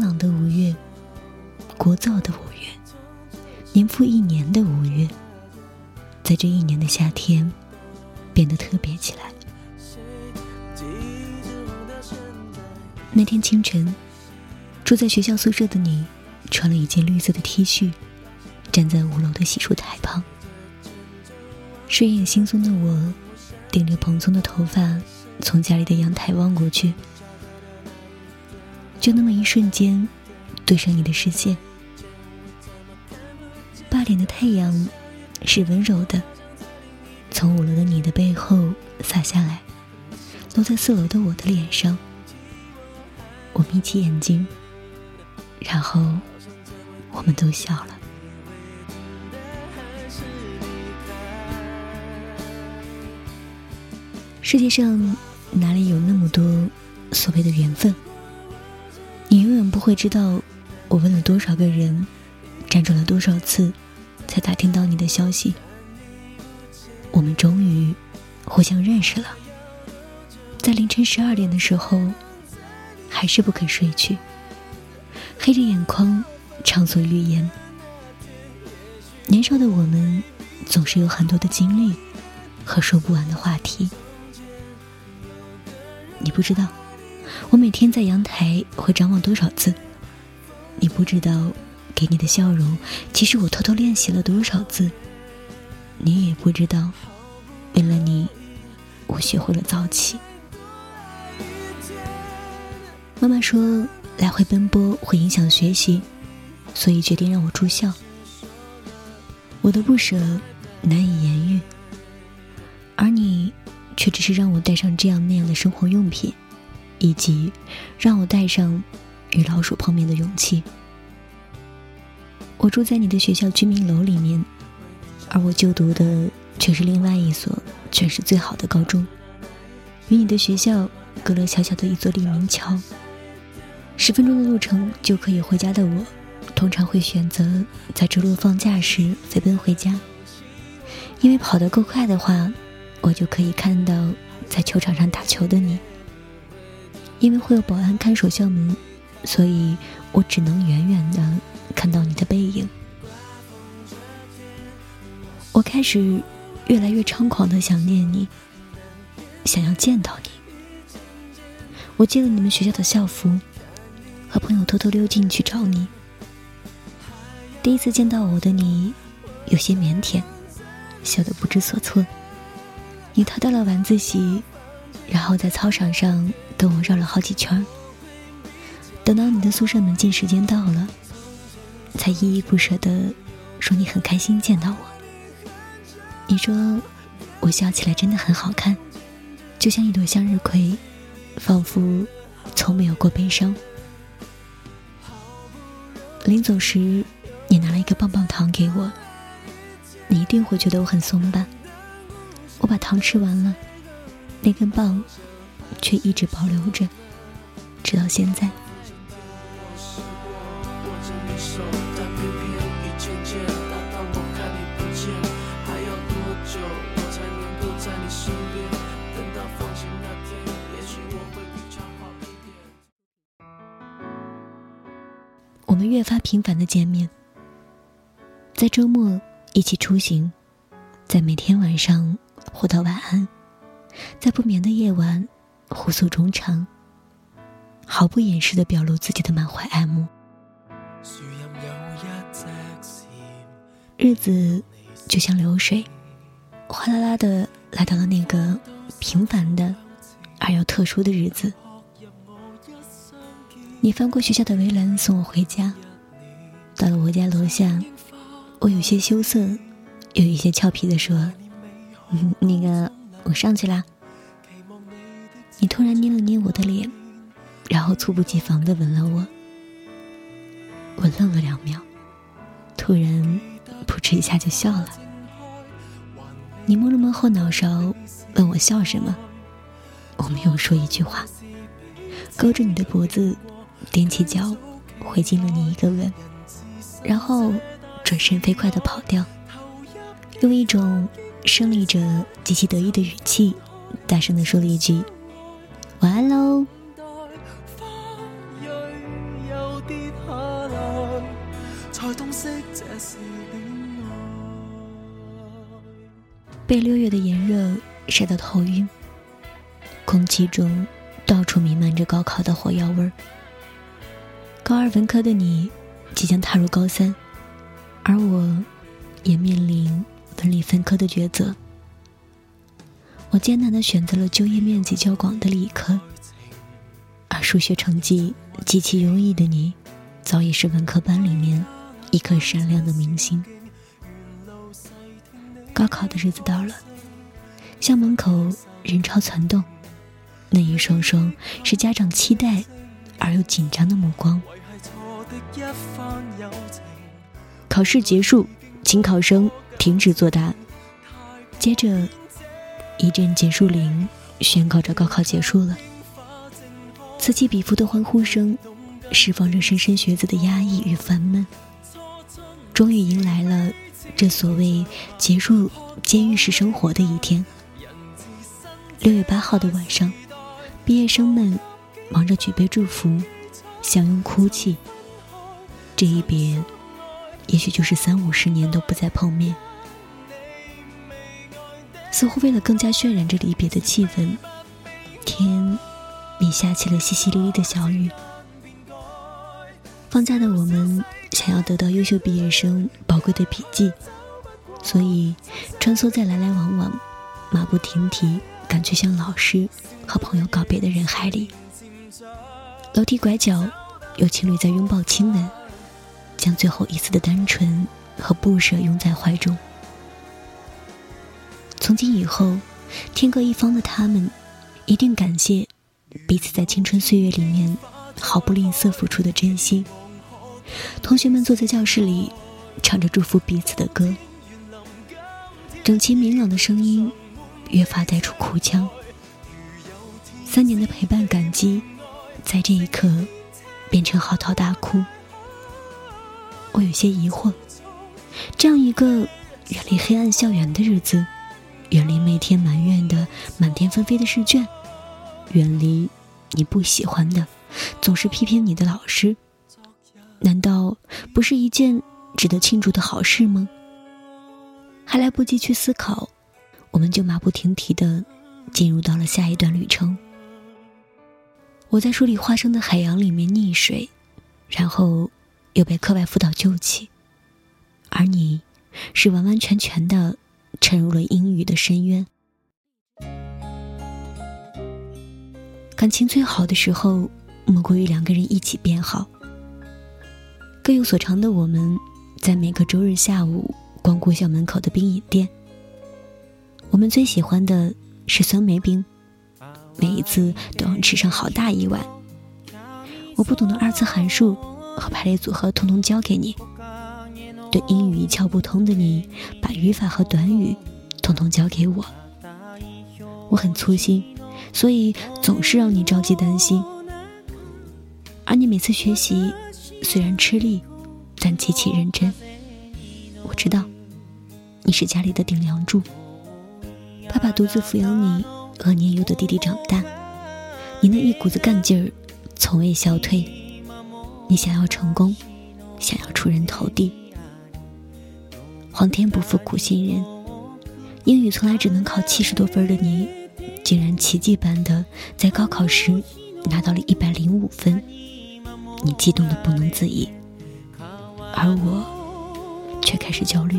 朗的5月，聒噪的5月，年复一年的5月，在这一年的夏天变得特别起来。那天清晨，住在学校宿舍的你穿了一件绿色的 T 恤，站在5楼的洗漱台旁。睡眼惺忪的我顶着蓬松的头发从家里的阳台望过去，就那么一瞬间对上你的视线。8点的太阳是温柔的，从5楼的你的背后洒下来，落在4楼的我的脸上。我眯起眼睛，然后我们都笑了。世界上哪里有那么多所谓的缘分？你永远不会知道我问了多少个人，辗转了多少次才打听到你的消息。我们终于互相认识了，在凌晨12点的时候还是不肯睡去，黑着眼眶畅所欲言。年少的我们总是有很多的经历和说不完的话题。你不知道我每天在阳台会张望多少次，你不知道给你的笑容其实我偷偷练习了多少次，你也不知道为了你我学会了早起。妈妈说来回奔波会影响学习，所以决定让我住校。我的不舍难以言喻，而你却只是让我带上这样那样的生活用品，以及让我带上与老鼠碰面的勇气。我住在你的学校居民楼里面，而我就读的却是另外一所全市最好的高中，与你的学校隔了小小的一座立明桥。10分钟的路程就可以回家的我，通常会选择在周六放假时飞奔回家，因为跑得够快的话，我就可以看到在球场上打球的你。因为会有保安看守校门，所以我只能远远地看到你的背影。我开始越来越猖狂地想念你，想要见到你。我借了你们学校的校服，和朋友偷偷溜进去找你。第一次见到我的你有些腼腆，笑得不知所措。你逃到了晚自习，然后在操场上跟我绕了好几圈。等到你的宿舍门禁时间到了，才依依不舍地说你很开心见到我。你说我笑起来真的很好看，就像一朵向日葵，仿佛从没有过悲伤。临走时你拿了一个棒棒糖给我，你一定会觉得我很怂吧。我把糖吃完了，那根棒却一直保留着，直到现在。我们越发频繁的见面，在周末一起出行，在每天晚上互道晚安，在不眠的夜晚互诉衷肠，毫不掩饰地表露自己的满怀爱慕。日子就像流水，哗啦啦地来到了那个平凡的而又特殊的日子。你翻过学校的围栏送我回家，到了我家楼下，我有些羞涩又有一些俏皮地说，那个我上去啦。你突然捏了捏我的脸，然后猝不及防地吻了我。我愣了2秒，突然扑哧一下就笑了。你摸了摸后脑勺，问我笑什么。我没有说一句话，勾着你的脖子，踮起脚回敬了你一个吻，然后转身飞快地跑掉，用一种胜利者极其得意的语气大声地说了一句晚安喽。 被6月的炎热晒得头晕，空气中到处弥漫着高考的火药味儿。高2文科的你即将踏入高3，而我也面临文理分科的抉择。我艰难地选择了就业面积较广的理科，而数学成绩极其优异的你早已是文科班里面一颗闪亮的明星。高考的日子到了，校门口人潮攒动，那一双双是家长期待而又紧张的目光。考试结束，请考生停止作答。接着一阵结束铃宣告着高考结束了。此起彼伏的欢呼声释放着莘莘学子的压抑与烦闷。终于迎来了这所谓结束监狱式生活的一天。6月8号的晚上，毕业生们忙着举杯祝福，相拥哭泣。这一别也许就是30-50年都不再碰面。似乎为了更加渲染这离别的气氛，天也下起了淅淅沥沥的小雨。放假的我们想要得到优秀毕业生宝贵的笔记，所以穿梭在来来往往、马不停蹄赶去向老师和朋友告别的人海里。楼梯拐角有情侣在拥抱亲吻，将最后一丝的单纯和不舍拥在怀中。从今以后，天各一方的他们一定感谢彼此在青春岁月里面毫不吝啬付出的真心。同学们坐在教室里唱着祝福彼此的歌，整齐明朗的声音越发带出哭腔。3年的陪伴感激在这一刻变成嚎啕大哭。我有些疑惑，这样一个远离黑暗校园的日子，远离每天埋怨的满天纷飞的试卷，远离你不喜欢的总是批评你的老师，难道不是一件值得庆祝的好事吗？还来不及去思考，我们就马不停蹄地进入到了下一段旅程。我在数理化生的海洋里面溺水，然后又被课外辅导救起，而你是完完全全地沉入了英语的深渊。感情最好的时候，莫过于2个人一起变好。各有所长的我们，在每个周日下午光顾校门口的冰饮店。我们最喜欢的是酸梅冰，每一次都要吃上好大一碗。我不懂的2次函数和排列组合统统教给你，对英语一窍不通的你，把语法和短语统统交给我。我很粗心，所以总是让你着急担心。而你每次学习虽然吃力，但极其认真。我知道你是家里的顶梁柱，爸爸独自抚养你和年幼的弟弟长大，你那一股子干劲儿从未消退。你想要成功，想要出人头地。皇天不负苦心人，英语从来只能考70多分的你，竟然奇迹般的在高考时拿到了105分，你激动得不能自已，而我却开始焦虑。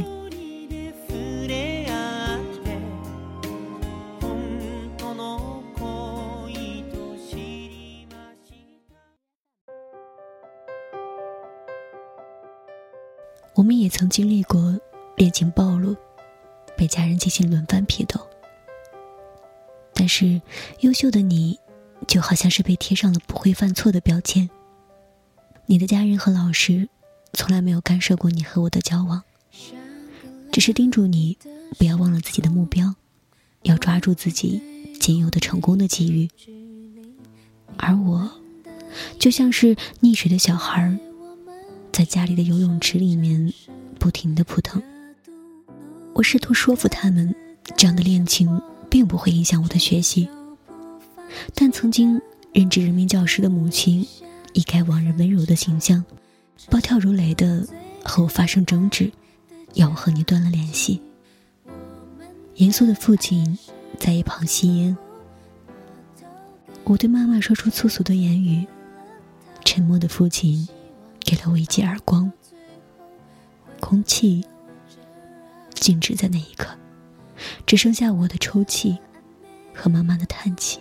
我们也曾经历过恋情暴露，被家人进行轮番批斗，但是优秀的你就好像是被贴上了不会犯错的标签。你的家人和老师从来没有干涉过你和我的交往，只是叮嘱你不要忘了自己的目标，要抓住自己仅有的成功的机遇。而我就像是溺水的小孩，在家里的游泳池里面不停地扑腾。我试图说服他们，这样的恋情并不会影响我的学习，但曾经任职人民教师的母亲一改往日温柔的形象，暴跳如雷地和我发生争执，要我和你断了联系。严肃的父亲在一旁吸烟。我对妈妈说出粗俗的言语，沉默的父亲给了我一记耳光。空气静止在那一刻，只剩下我的抽泣和妈妈的叹气。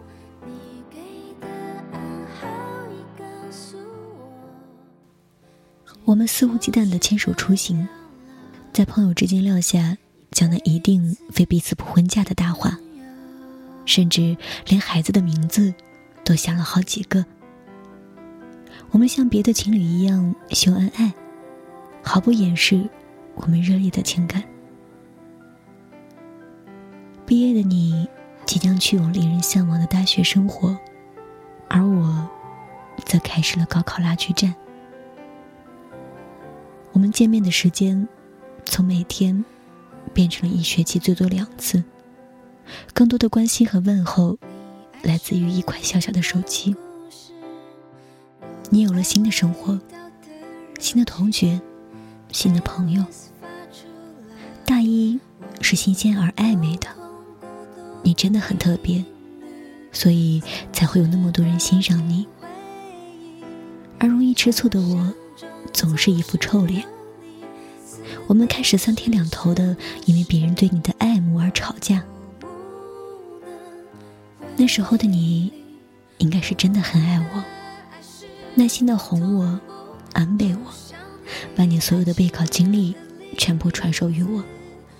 我们肆无忌惮地牵手出行，在朋友之间撂下讲那一定非彼此不婚嫁的大话，甚至连孩子的名字都想了好几个。我们像别的情侣一样秀恩爱，毫不掩饰我们热烈的情感。毕业的你即将去往令人向往的大学生活，而我则开始了高考拉锯战。我们见面的时间从每天变成了一学期最多2次，更多的关心和问候来自于一款小小的手机。你有了新的生活，新的同学，新的朋友。大一是新鲜而暧昧的，你真的很特别，所以才会有那么多人欣赏你。而容易吃醋的我总是一副臭脸。我们开始3天2头的因为别人对你的爱慕而吵架。那时候的你应该是真的很爱我，耐心地哄我，安慰我，把你所有的备考经历全部传授于我。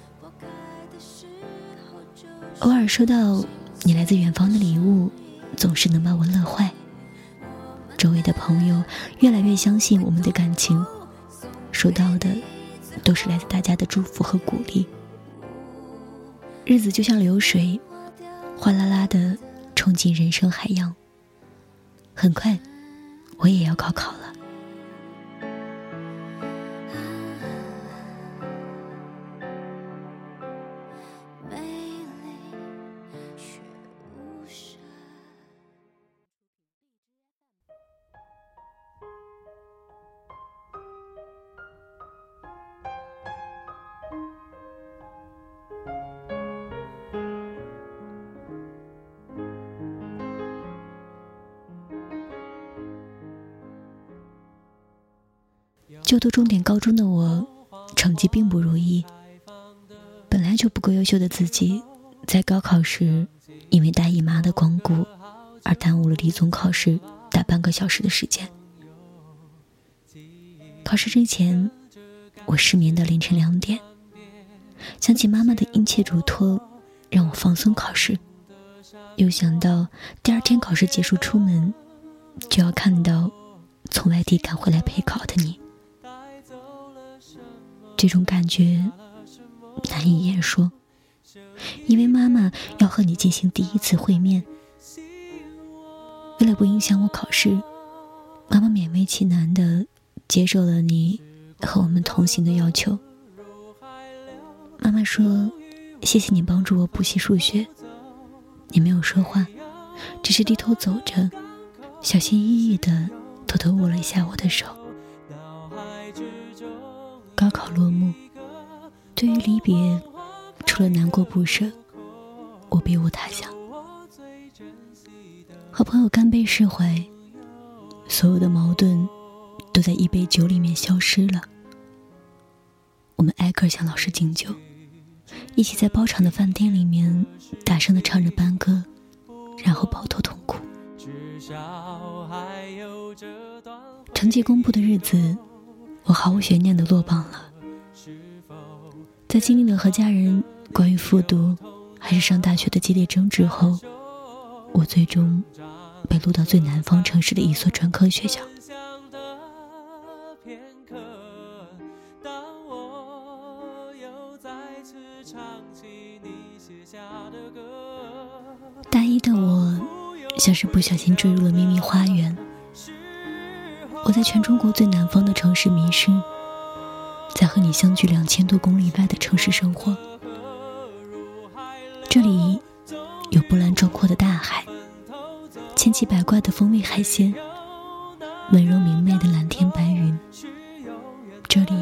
偶尔收到你来自远方的礼物，总是能把我乐坏。周围的朋友越来越相信我们的感情，收到的都是来自大家的祝福和鼓励。日子就像流水，哗啦啦地冲进人生海洋。很快我也要高考了。就读重点高中的我，成绩并不如意。本来就不够优秀的自己，在高考时因为大姨妈的光顾而耽误了理综考试大半个小时的时间。考试之前，我失眠到凌晨2点，想起妈妈的殷切嘱托，让我放松考试，又想到第2天考试结束出门，就要看到从外地赶回来陪考的你。这种感觉难以言说，因为妈妈要和你进行第1次会面。为了不影响我考试，妈妈勉为其难地接受了你和我们同行的要求。妈妈说，谢谢你帮助我补习数学。你没有说话，只是低头走着，小心翼翼地偷偷握了一下我的手。高考落幕，对于离别，除了难过不舍，我别无他想。和朋友干杯释怀，所有的矛盾都在一杯酒里面消失了。我们挨个向老师敬酒，一起在包场的饭店里面大声地唱着班歌，然后抱头痛哭。成绩公布的日子，我毫无悬念地落榜了。在经历了和家人关于复读还是上大学的激烈争执后，我最终被录到最南方城市的一所专科学校。大一的我像是不小心坠入了秘密花园，我在全中国最南方的城市迷失，在和你相距2000多公里外的城市生活。这里有波澜壮阔的大海，千奇百怪的风味海鲜，温柔明媚的蓝天白云。这里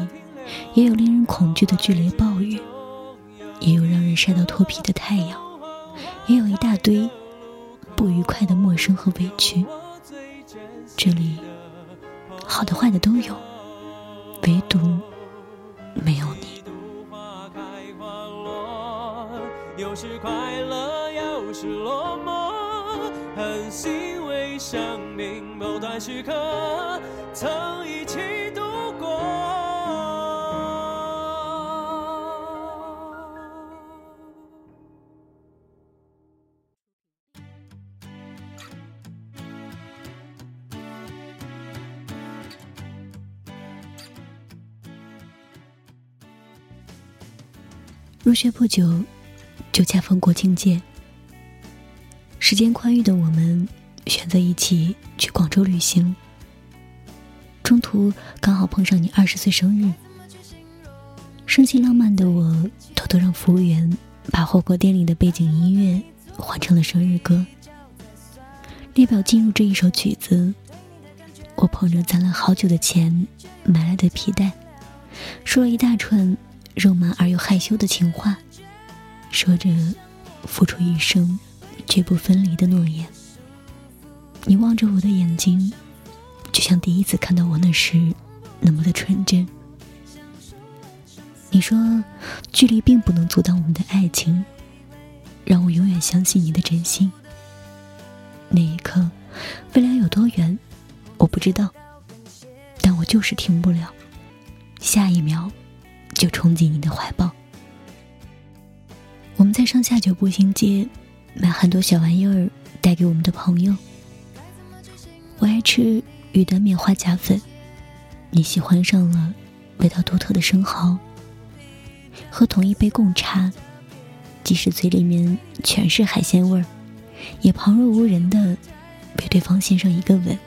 也有令人恐惧的剧烈暴雨，也有让人晒到脱皮的太阳，也有一大堆不愉快的陌生和委屈。这里好的坏的都有，唯独没有你。 有时快乐，有时落寞，很欣慰生命某段时刻曾一起度过。 入学不久就恰逢国庆节，时间宽裕的我们选择一起去广州旅行。中途刚好碰上你20岁生日，生性浪漫的我偷偷让服务员把火锅店里的背景音乐换成了生日歌。列表进入这一首曲子，我捧着攒了好久的钱买来的皮带，说了一大串肉麻而又害羞的情话，说着付出一生绝不分离的诺言。你望着我的眼睛，就像第一次看到我那时那么的纯真。你说距离并不能阻挡我们的爱情，让我永远相信你的真心。那一刻未来有多远我不知道，但我就是停不了，下一秒就冲进你的怀抱。我们在上下九步行街买很多小玩意儿带给我们的朋友。我爱吃鱼蛋面花甲粉，你喜欢上了味道独特的生蚝。喝同一杯贡茶，即使嘴里面全是海鲜味儿，也旁若无人地为对方献上一个吻。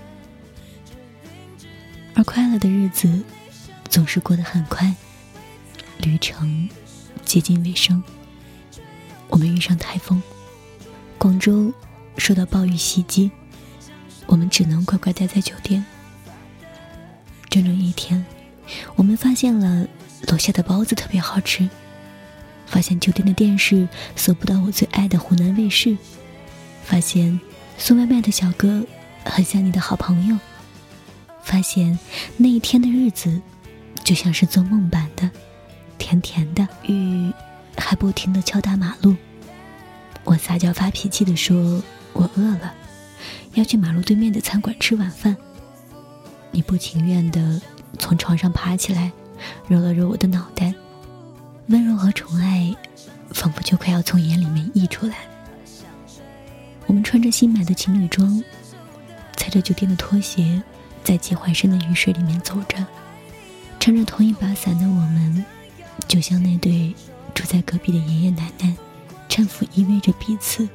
而快乐的日子总是过得很快，旅程接近尾声，我们遇上台风，广州受到暴雨袭击，我们只能乖乖待在酒店。整整一天，我们发现了楼下的包子特别好吃，发现酒店的电视搜不到我最爱的湖南卫视，发现送外卖的小哥很像你的好朋友，发现那一天的日子就像是做梦般的甜甜的。雨还不停地敲打马路，我撒娇发脾气地说我饿了，要去马路对面的餐馆吃晚饭。你不情愿地从床上爬起来，揉了揉我的脑袋，温柔和宠爱仿佛就快要从眼里面溢出来。我们穿着新买的情侣装，踩着酒店的拖鞋，在结环身的雨水里面走着。撑着同一把伞的我们，就像那对住在隔壁的爷爷奶奶，搀扶依偎着彼此。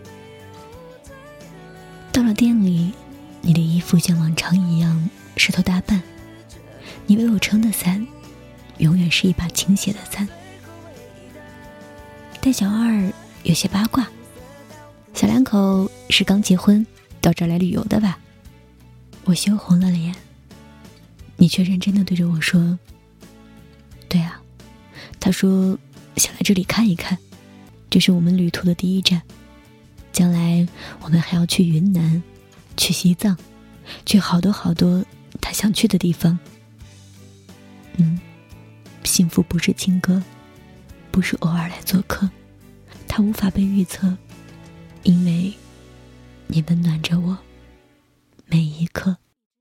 到了店里，你的衣服像往常一样湿透大半，你为我撑的伞永远是一把倾斜的伞。带小二有些八卦，小两口是刚结婚到这儿来旅游的吧？我羞红了脸，你却认真地对着我说，对啊，他说想来这里看一看，这是我们旅途的第一站，将来我们还要去云南，去西藏，去好多好多他想去的地方。幸福不是情歌，不是偶尔来做客，它无法被预测，因为你温暖着我每一刻。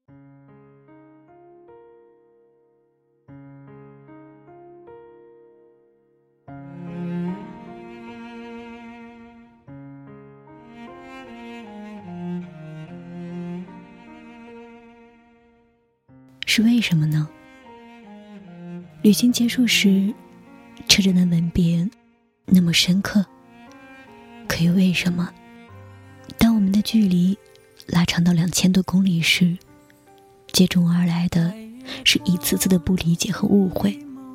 是为什么呢？旅行结束时，车站的吻别那么深刻，可又为什么当我们的距离拉长到2000多公里时，接踵而来的是一次次的不理解和误会。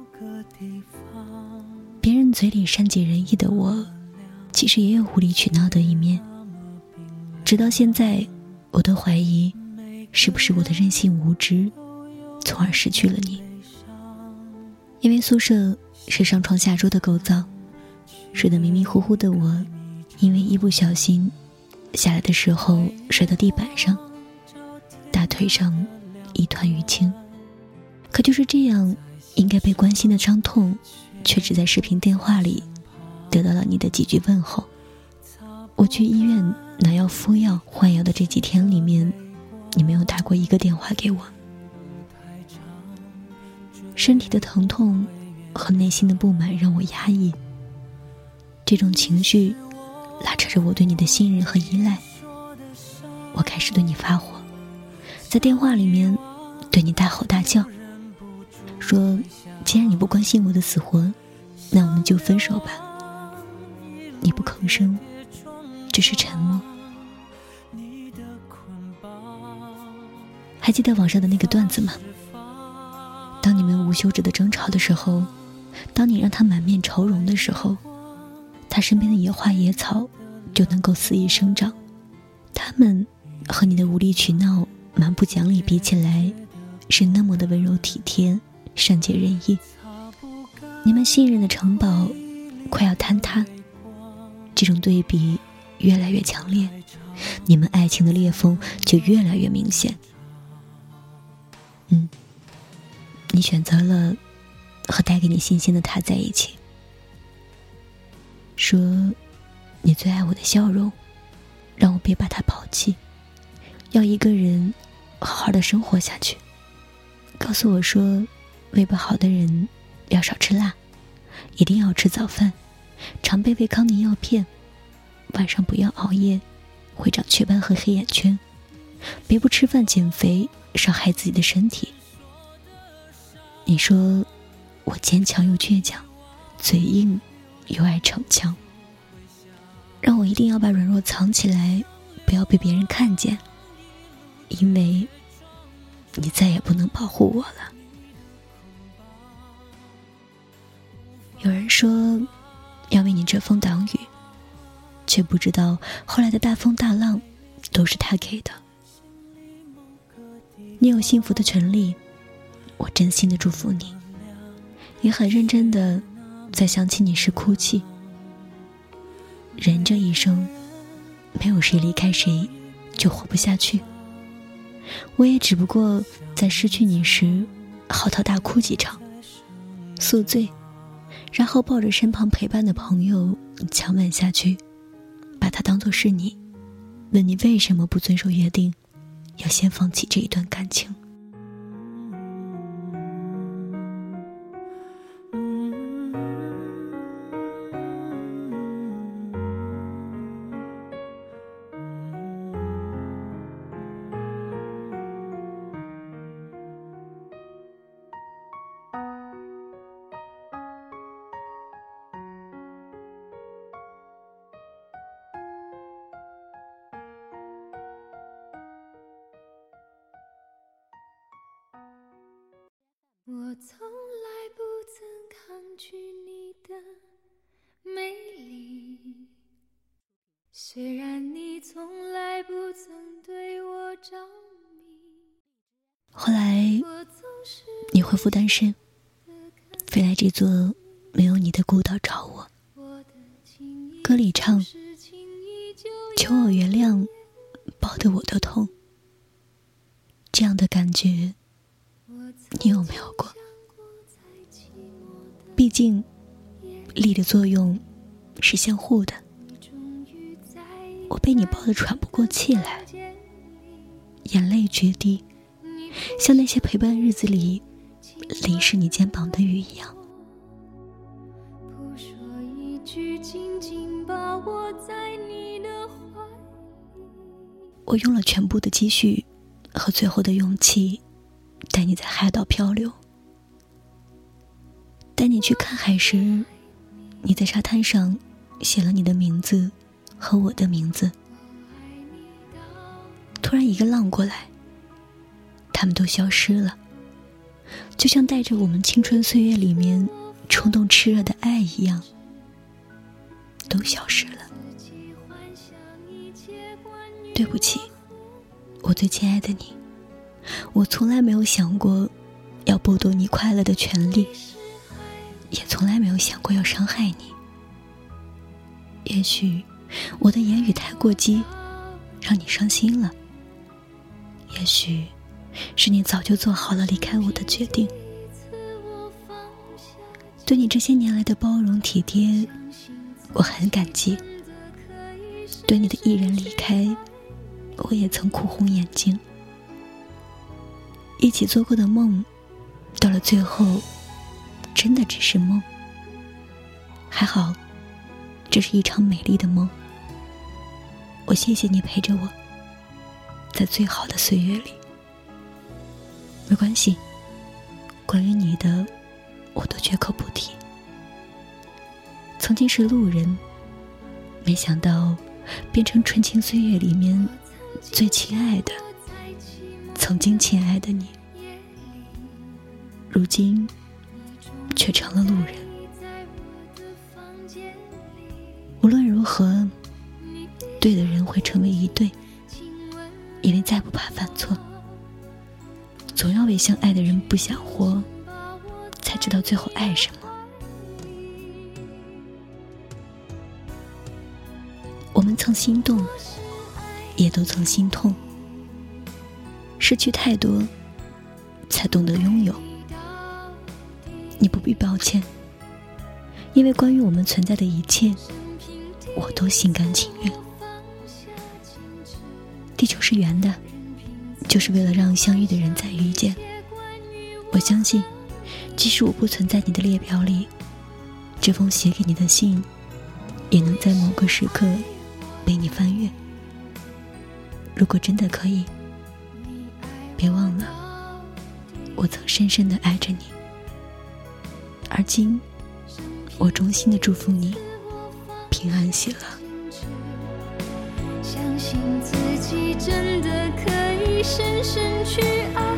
别人嘴里善解人意的我，其实也有无理取闹的一面。直到现在，我都怀疑是不是我的任性无知，从而失去了你。 因为宿舍是上床下桌的构造，睡得迷迷糊糊的我，因为一不小心下来的时候摔到地板上，大腿上一团淤青。可就是这样应该被关心的伤痛，却只在视频电话里得到了你的几句问候。我去医院拿药敷药换药的这几天里面，你没有打过一个电话给我。身体的疼痛和内心的不满让我压抑，这种情绪拉扯着我对你的信任和依赖。我开始对你发火，在电话里面对你大吼大叫，说既然你不关心我的死活，那我们就分手吧。你不吭声，只是沉默。还记得网上的那个段子吗？当你们无休止的争吵的时候，当你让他满面愁容的时候，他身边的野花野草就能够肆意生长。他们和你的无理取闹蛮不讲理比起来，是那么的温柔体贴，善解人意。你们信任的城堡快要坍塌，这种对比越来越强烈，你们爱情的裂缝就越来越明显。你选择了和带给你信心的他在一起，说你最爱我的笑容，让我别把他抛弃，要一个人好好的生活下去。告诉我说胃不好的人要少吃辣，一定要吃早饭，常备胃康宁药片，晚上不要熬夜，会长雀斑和黑眼圈，别不吃饭减肥，伤害自己的身体。你说我坚强又倔强，嘴硬又爱逞强，让我一定要把软弱藏起来，不要被别人看见，因为你再也不能保护我了。有人说要为你遮风挡雨，却不知道后来的大风大浪都是他给的。你有幸福的权利，我真心的祝福你，也很认真的在想起你时哭泣。人这一生，没有谁离开谁就活不下去。我也只不过在失去你时嚎啕大哭几场，宿醉，然后抱着身旁陪伴的朋友强吻下去，把它当作是你，问你为什么不遵守约定，要先放弃这一段感情。 我从来不曾抗拒你的美丽，虽然你从来不曾对我着迷。 后来你恢复单身，飞来这座没有你的孤岛找我。歌里唱，求我原谅，抱得我都痛。这样的感觉你有没有过？毕竟力的作用是相互的，我被你抱得喘不过气来，眼泪决堤，像那些陪伴日子里淋湿你肩膀的雨一样。 不说一句，紧紧把我在你的怀里。 我用了全部的积蓄和最后的勇气，带你在海岛漂流。带你去看海时，你在沙滩上写了你的名字和我的名字。突然一个浪过来，他们都消失了，就像带着我们青春岁月里面冲动炽热的爱一样，都消失了。对不起，我最亲爱的你，我从来没有想过要剥夺你快乐的权利。 也从来没有想过要伤害你。也许我的言语太过激，让你伤心了。也许是你早就做好了离开我的决定。对你这些年来的包容体贴，我很感激。对你的毅然离开，我也曾哭红眼睛。一起做过的梦，到了最后真的只是梦。还好，这是一场美丽的梦。我谢谢你陪着我，在最好的岁月里。没关系，关于你的我都绝口不提。曾经是路人，没想到变成纯情岁月里面最亲爱的，曾经亲爱的你，如今却成了路人。无论如何，对的人会成为一对，因为再不怕犯错。总要为相爱的人不想活，才知道最后爱什么。我们曾心动，也都曾心痛。失去太多，才懂得拥有。你不必抱歉，因为关于我们存在的一切，我都心甘情愿。地球是圆的，就是为了让相遇的人再遇见。我相信，即使我不存在你的列表里，这封写给你的信也能在某个时刻被你翻阅。如果真的可以，别忘了我曾深深地爱着你。而今我衷心地祝福你平安喜乐。 相信自己真的可以深深去爱。